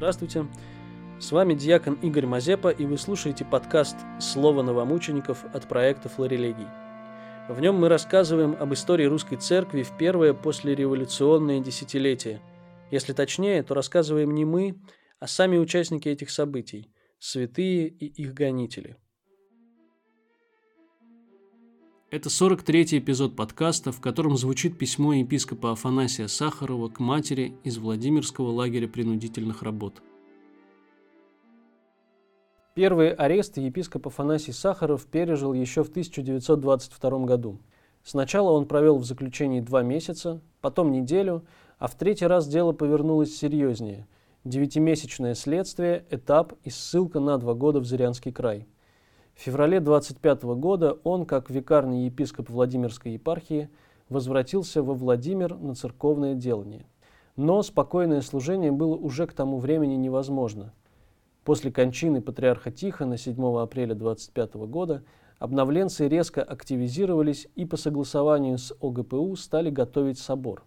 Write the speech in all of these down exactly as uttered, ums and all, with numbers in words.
Здравствуйте, с вами диакон Игорь Мазепа, и вы слушаете подкаст «Слово новомучеников» от проекта «Флорелегий». В нем мы рассказываем об истории русской церкви в первое послереволюционное десятилетие. Если точнее, то рассказываем не мы, а сами участники этих событий, святые и их гонители. Это сорок третий эпизод подкаста, в котором звучит письмо епископа Афанасия Сахарова к матери из Владимирского лагеря принудительных работ. Первый арест епископ Афанасий Сахаров пережил еще в тысяча девятьсот двадцать втором году. Сначала он провел в заключении два месяца, потом неделю, а в третий раз дело повернулось серьезнее. Девятимесячное следствие, этап и ссылка на два года в Зырянский край. В феврале двадцать пятого года он, как викарный епископ Владимирской епархии, возвратился во Владимир на церковное делание. Но спокойное служение было уже к тому времени невозможно. После кончины патриарха Тихона седьмого апреля двадцать пятого года обновленцы резко активизировались и по согласованию с О Г П У стали готовить собор.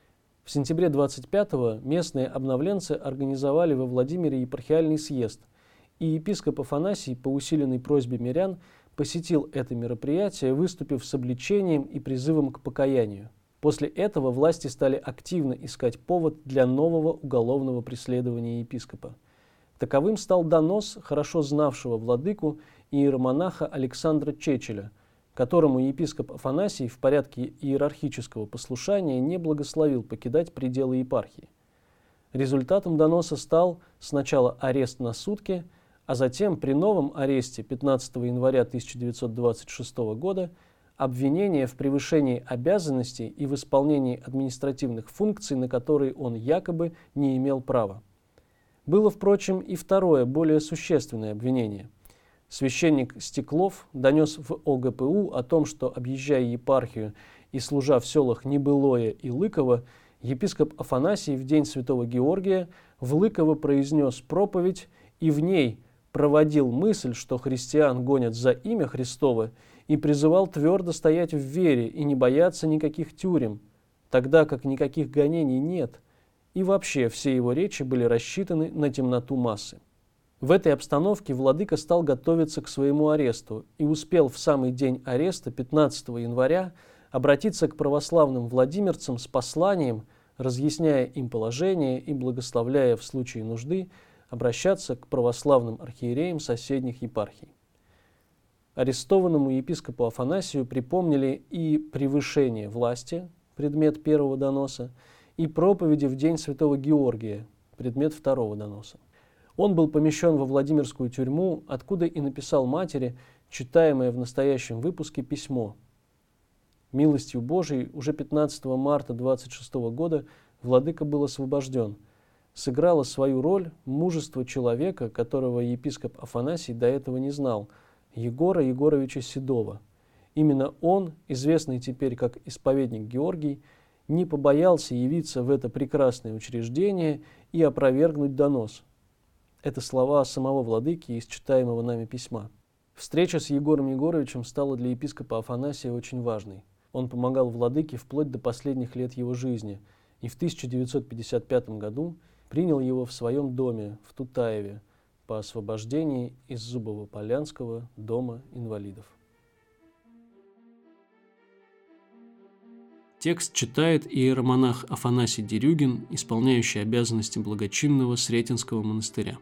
В сентябре двадцать пятого местные обновленцы организовали во Владимире епархиальный съезд, и епископ Афанасий по усиленной просьбе мирян посетил это мероприятие, выступив с обличением и призывом к покаянию. После этого власти стали активно искать повод для нового уголовного преследования епископа. Таковым стал донос хорошо знавшего владыку иеромонаха Александра Чечеля, которому епископ Афанасий в порядке иерархического послушания не благословил покидать пределы епархии. Результатом доноса стал сначала арест на сутки, а затем при новом аресте пятнадцатого января тысяча девятьсот двадцать шестого года обвинение в превышении обязанностей и в исполнении административных функций, на которые он якобы не имел права. Было, впрочем, и второе, более существенное обвинение. Священник Стеклов донес в О Г П У о том, что, объезжая епархию и служа в селах Небылое и Лыково, епископ Афанасий в день Святого Георгия в Лыково произнес проповедь и в ней проводил мысль, что христиан гонят за имя Христово, и призывал твердо стоять в вере и не бояться никаких тюрем, тогда как никаких гонений нет, и вообще все его речи были рассчитаны на темноту массы. В этой обстановке владыка стал готовиться к своему аресту и успел в самый день ареста, пятнадцатого января, обратиться к православным владимирцам с посланием, разъясняя им положение и благословляя в случае нужды обращаться к православным архиереям соседних епархий. Арестованному епископу Афанасию припомнили и превышение власти, предмет первого доноса, и проповеди в день Святого Георгия, предмет второго доноса. Он был помещен во Владимирскую тюрьму, откуда и написал матери читаемое в настоящем выпуске письмо. Милостью Божией уже пятнадцатого марта двадцать шестого года владыка был освобожден. Сыграло свою роль мужество человека, которого епископ Афанасий до этого не знал, Егора Егоровича Седова. Именно он, известный теперь как исповедник Георгий, не побоялся явиться в это прекрасное учреждение и опровергнуть донос. Это слова самого владыки из читаемого нами письма. Встреча с Егором Егоровичем стала для епископа Афанасия очень важной. Он помогал владыке вплоть до последних лет его жизни и в тысяча девятьсот пятьдесят пятом году принял его в своем доме в Тутаеве по освобождении из Зубово-Полянского дома инвалидов. Текст читает иеромонах Афанасий Дерюгин, исполняющий обязанности благочинного Сретенского монастыря.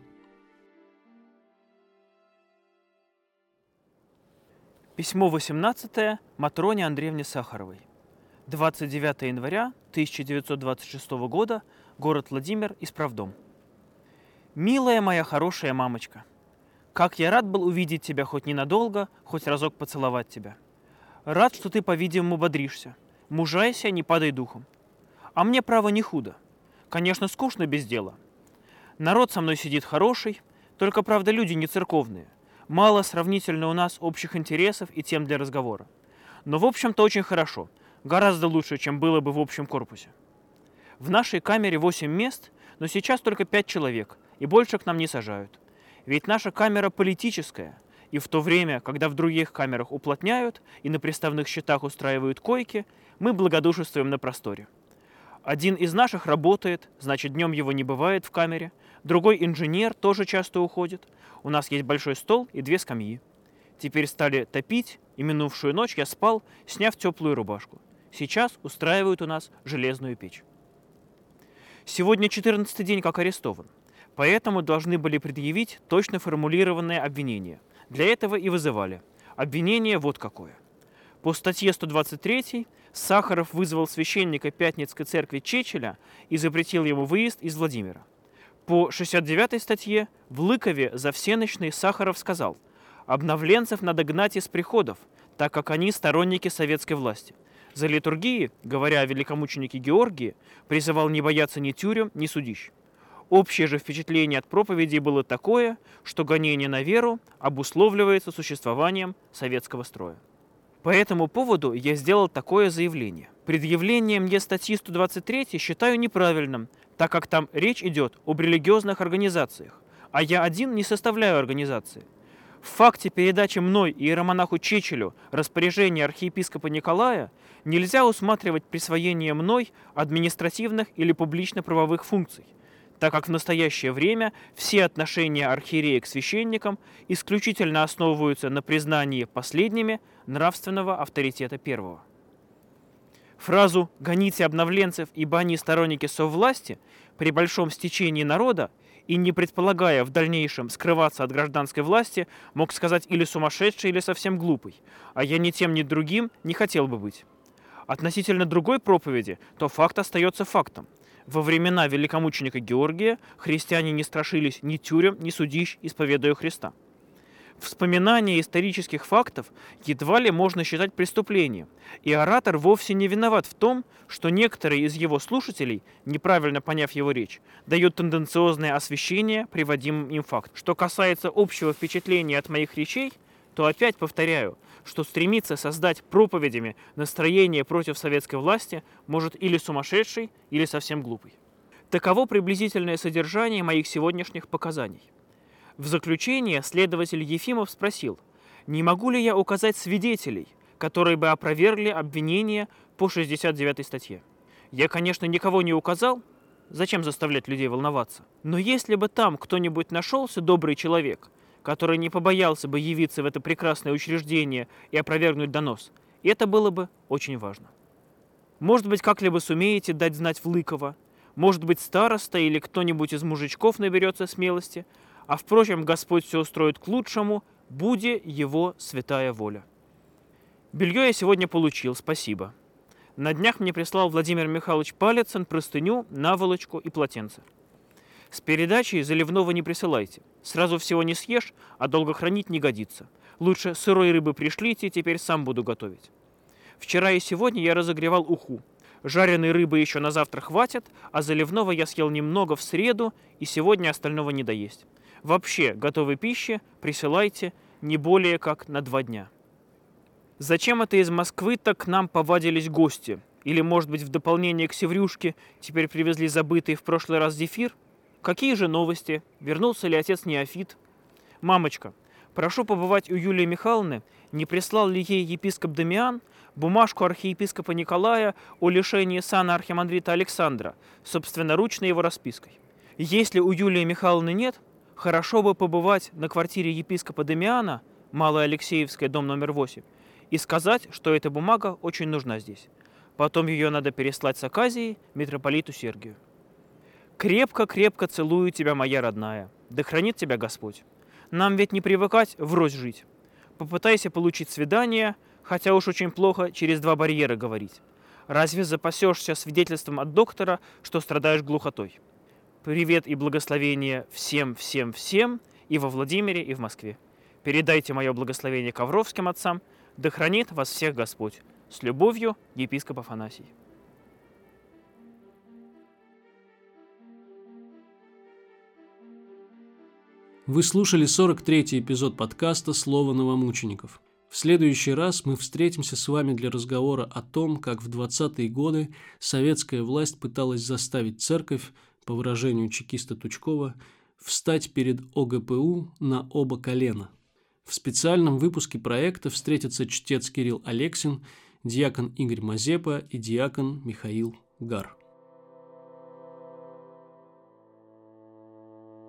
Письмо восемнадцатое Матроне Андреевне Сахаровой. двадцать девятого января тысяча девятьсот двадцать шестого года, город Владимир, исправдом. Милая моя хорошая мамочка, как я рад был увидеть тебя хоть ненадолго, хоть разок поцеловать тебя. Рад, что ты, по-видимому, бодришься. Мужайся, не падай духом. А мне, право, не худо. Конечно, скучно без дела. Народ со мной сидит хороший, только, правда, люди не церковные. Мало сравнительно у нас общих интересов и тем для разговора. Но, в общем-то, очень хорошо. Гораздо лучше, чем было бы в общем корпусе. В нашей камере восемь мест, но сейчас только пять человек, и больше к нам не сажают. Ведь наша камера политическая, и в то время, когда в других камерах уплотняют и на приставных счетах устраивают койки, мы благодушествуем на просторе. Один из наших работает, значит, днем его не бывает в камере. Другой инженер тоже часто уходит. У нас есть большой стол и две скамьи. Теперь стали топить, и минувшую ночь я спал, сняв теплую рубашку. Сейчас устраивают у нас железную печь. Сегодня четырнадцатый день как арестован, поэтому должны были предъявить точно формулированное обвинение. Для этого и вызывали. Обвинение вот какое. По статье сто двадцать три Сахаров вызвал священника Пятницкой церкви Чечеля и запретил ему выезд из Владимира. По шестьдесят девятой статье в Лыкове за всенощный Сахаров сказал: «Обновленцев надо гнать из приходов, так как они сторонники советской власти». За литургии, говоря о великомученике Георгии, призывал не бояться ни тюрем, ни судищ. Общее же впечатление от проповедей было такое, что гонение на веру обусловливается существованием советского строя. По этому поводу я сделал такое заявление. Предъявление мне статьи сто двадцать три считаю неправильным, так как там речь идет об религиозных организациях, а я один не составляю организации. В факте передачи мной иеромонаху Чечелю распоряжения архиепископа Николая нельзя усматривать присвоение мной административных или публично-правовых функций, так как в настоящее время все отношения архиерея к священникам исключительно основываются на признании последними нравственного авторитета первого. Фразу «гоните обновленцев, ибо они сторонники соввласти» при большом стечении народа и не предполагая в дальнейшем скрываться от гражданской власти, мог сказать или сумасшедший, или совсем глупый, а я ни тем, ни другим не хотел бы быть. Относительно другой проповеди, то факт остается фактом. Во времена великомученика Георгия христиане не страшились ни тюрем, ни судищ, исповедуя Христа. Вспоминание исторических фактов едва ли можно считать преступлением, и оратор вовсе не виноват в том, что некоторые из его слушателей, неправильно поняв его речь, дают тенденциозное освещение приводимым им фактам. Что касается общего впечатления от моих речей, то опять повторяю, что стремиться создать проповедями настроение против советской власти может или сумасшедший, или совсем глупый. Таково приблизительное содержание моих сегодняшних показаний. В заключение следователь Ефимов спросил, не могу ли я указать свидетелей, которые бы опровергли обвинения по шестьдесят девятой статье. Я, конечно, никого не указал, зачем заставлять людей волноваться, но если бы там кто-нибудь нашелся добрый человек, который не побоялся бы явиться в это прекрасное учреждение и опровергнуть донос, это было бы очень важно. Может быть, как-либо сумеете дать знать в Лыково, может быть, староста или кто-нибудь из мужичков наберется смелости, а, впрочем, Господь все устроит к лучшему, буди его святая воля. Белье я сегодня получил, спасибо. На днях мне прислал Владимир Михайлович Палицын простыню, наволочку и полотенце. С передачей заливного не присылайте. Сразу всего не съешь, а долго хранить не годится. Лучше сырой рыбы пришлите, теперь сам буду готовить. Вчера и сегодня я разогревал уху. Жареной рыбы еще на завтра хватит, а заливного я съел немного в среду, и сегодня остального не доесть. Вообще, готовой пищи присылайте не более как на два дня. Зачем это из Москвы-то к нам повадились гости? Или, может быть, в дополнение к севрюшке теперь привезли забытый в прошлый раз зефир? Какие же новости? Вернулся ли отец Неофит? Мамочка, прошу побывать у Юлии Михайловны, не прислал ли ей епископ Дамиан бумажку архиепископа Николая о лишении сана архимандрита Александра, собственноручно его распиской. Если у Юлии Михайловны нет, хорошо бы побывать на квартире епископа Дамиана, Малая Алексеевская, дом номер восемь, и сказать, что эта бумага очень нужна здесь. Потом ее надо переслать с оказией митрополиту Сергию. Крепко-крепко целую тебя, моя родная. Да хранит тебя Господь. Нам ведь не привыкать врозь жить. Попытайся получить свидание, хотя уж очень плохо через два барьера говорить. Разве запасешься свидетельством от доктора, что страдаешь глухотой? Привет и благословение всем-всем-всем и во Владимире, и в Москве. Передайте мое благословение ковровским отцам, да хранит вас всех Господь. С любовью, епископ Афанасий. Вы слушали сорок третий эпизод подкаста «Слово новомучеников». В следующий раз мы встретимся с вами для разговора о том, как в двадцатые годы советская власть пыталась заставить церковь, по выражению чекиста Тучкова, встать перед О Г П У на оба колена. В специальном выпуске проекта встретятся чтец Кирилл Алексин, диакон Игорь Мазепа и диакон Михаил Гар.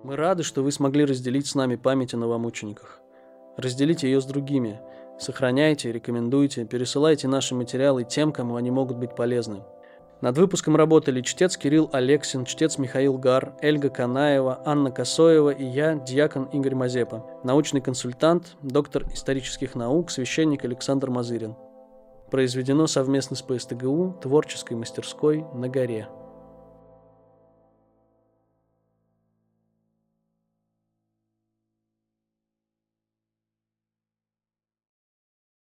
Мы рады, что вы смогли разделить с нами память о новомучениках. Разделите ее с другими. Сохраняйте, рекомендуйте, пересылайте наши материалы тем, кому они могут быть полезны. Над выпуском работали чтец Кирилл Алексин, чтец Михаил Гар, Эльга Канаева, Анна Косоева и я, диакон Игорь Мазепа, научный консультант, доктор исторических наук, священник Александр Мазырин. Произведено совместно с ПСТГУ, творческой мастерской на горе.